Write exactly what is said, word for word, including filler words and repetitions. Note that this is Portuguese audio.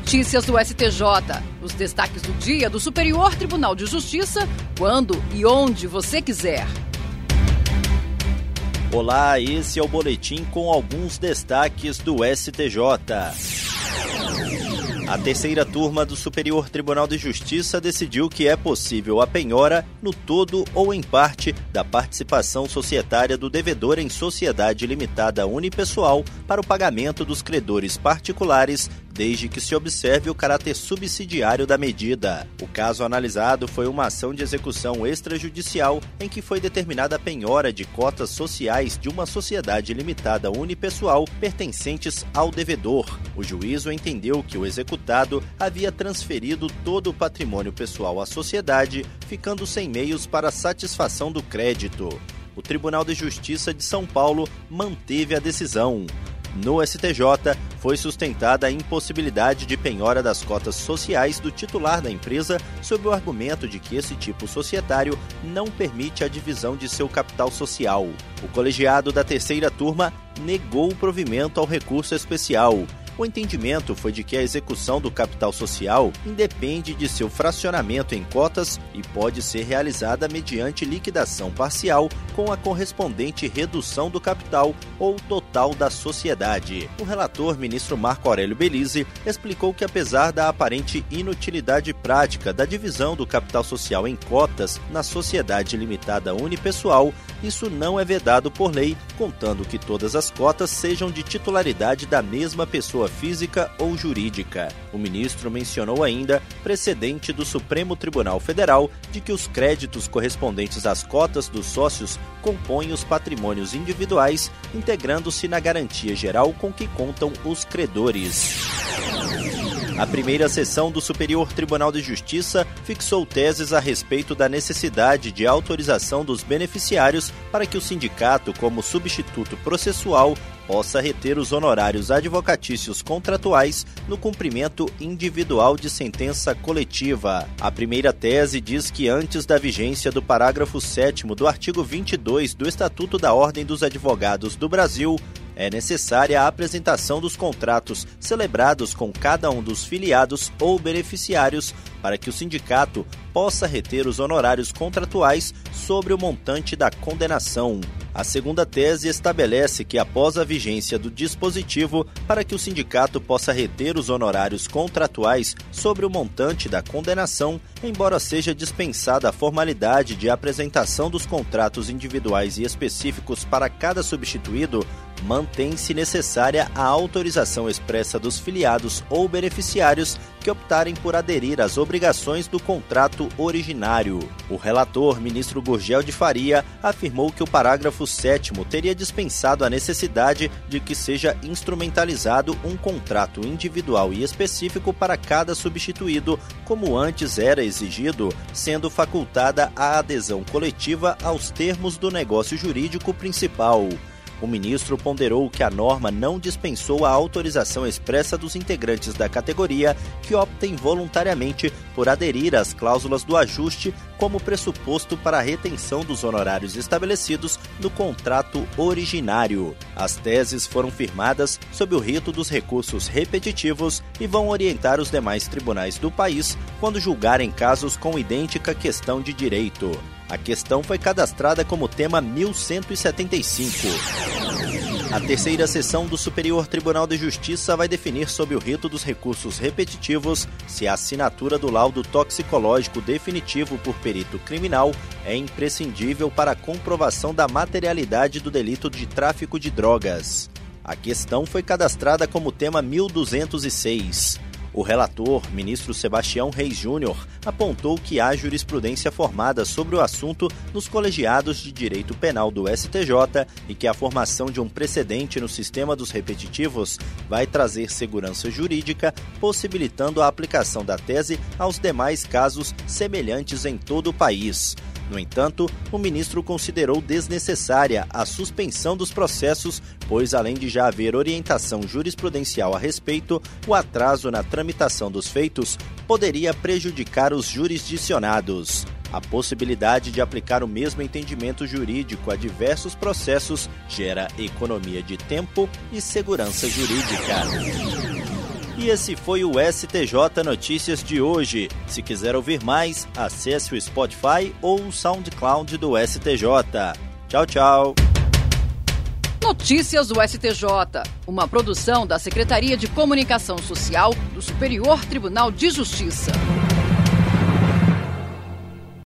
Notícias do S T J. Os destaques do dia do Superior Tribunal de Justiça, quando e onde você quiser. Olá, esse é o boletim com alguns destaques do S T J. A terceira turma do Superior Tribunal de Justiça decidiu que é possível a penhora, no todo ou em parte, da participação societária do devedor em sociedade limitada unipessoal para o pagamento dos credores particulares, desde que se observe o caráter subsidiário da medida. O caso analisado foi uma ação de execução extrajudicial em que foi determinada a penhora de cotas sociais de uma sociedade limitada unipessoal pertencentes ao devedor. O juízo entendeu que o executado havia transferido todo o patrimônio pessoal à sociedade, ficando sem meios para a satisfação do crédito. O Tribunal de Justiça de São Paulo manteve a decisão. No S T J, foi sustentada a impossibilidade de penhora das cotas sociais do titular da empresa sob o argumento de que esse tipo societário não permite a divisão de seu capital social. O colegiado da terceira turma negou o provimento ao recurso especial. O entendimento foi de que a execução do capital social independe de seu fracionamento em cotas e pode ser realizada mediante liquidação parcial com a correspondente redução do capital ou total da sociedade. O relator, ministro Marco Aurélio Belize, explicou que apesar da aparente inutilidade prática da divisão do capital social em cotas na sociedade limitada unipessoal, isso não é vedado por lei, contando que todas as cotas sejam de titularidade da mesma pessoa física ou jurídica. O ministro mencionou ainda precedente do Supremo Tribunal Federal de que os créditos correspondentes às cotas dos sócios compõem os patrimônios individuais, integrando-se na garantia geral com que contam os credores. A primeira sessão do Superior Tribunal de Justiça fixou teses a respeito da necessidade de autorização dos beneficiários para que o sindicato, como substituto processual, possa reter os honorários advocatícios contratuais no cumprimento individual de sentença coletiva. A primeira tese diz que antes da vigência do parágrafo sétimo do artigo vinte e dois do Estatuto da Ordem dos Advogados do Brasil, é necessária a apresentação dos contratos celebrados com cada um dos filiados ou beneficiários para que o sindicato possa reter os honorários contratuais sobre o montante da condenação. A segunda tese estabelece que, após a vigência do dispositivo, para que o sindicato possa reter os honorários contratuais sobre o montante da condenação, embora seja dispensada a formalidade de apresentação dos contratos individuais e específicos para cada substituído, mantém-se necessária a autorização expressa dos filiados ou beneficiários que optarem por aderir às obrigações do contrato originário. O relator, ministro Gurgel de Faria, afirmou que o parágrafo sétimo teria dispensado a necessidade de que seja instrumentalizado um contrato individual e específico para cada substituído, como antes era exigido, sendo facultada a adesão coletiva aos termos do negócio jurídico principal. O ministro ponderou que a norma não dispensou a autorização expressa dos integrantes da categoria que optem voluntariamente por aderir às cláusulas do ajuste como pressuposto para a retenção dos honorários estabelecidos no contrato originário. As teses foram firmadas sob o rito dos recursos repetitivos e vão orientar os demais tribunais do país quando julgarem casos com idêntica questão de direito. A questão foi cadastrada como tema mil cento e setenta e cinco. A terceira sessão do Superior Tribunal de Justiça vai definir sob o rito dos recursos repetitivos se a assinatura do laudo toxicológico definitivo por perito criminal é imprescindível para a comprovação da materialidade do delito de tráfico de drogas. A questão foi cadastrada como tema mil duzentos e seis. O relator, ministro Sebastião Reis Júnior, apontou que há jurisprudência formada sobre o assunto nos colegiados de direito penal do S T J e que a formação de um precedente no sistema dos repetitivos vai trazer segurança jurídica, possibilitando a aplicação da tese aos demais casos semelhantes em todo o país. No entanto, o ministro considerou desnecessária a suspensão dos processos, pois, além de já haver orientação jurisprudencial a respeito, o atraso na tramitação dos feitos poderia prejudicar os jurisdicionados. A possibilidade de aplicar o mesmo entendimento jurídico a diversos processos gera economia de tempo e segurança jurídica. E esse foi o S T J Notícias de hoje. Se quiser ouvir mais, acesse o Spotify ou o SoundCloud do S T J. Tchau, tchau. Notícias do S T J, uma produção da Secretaria de Comunicação Social do Superior Tribunal de Justiça.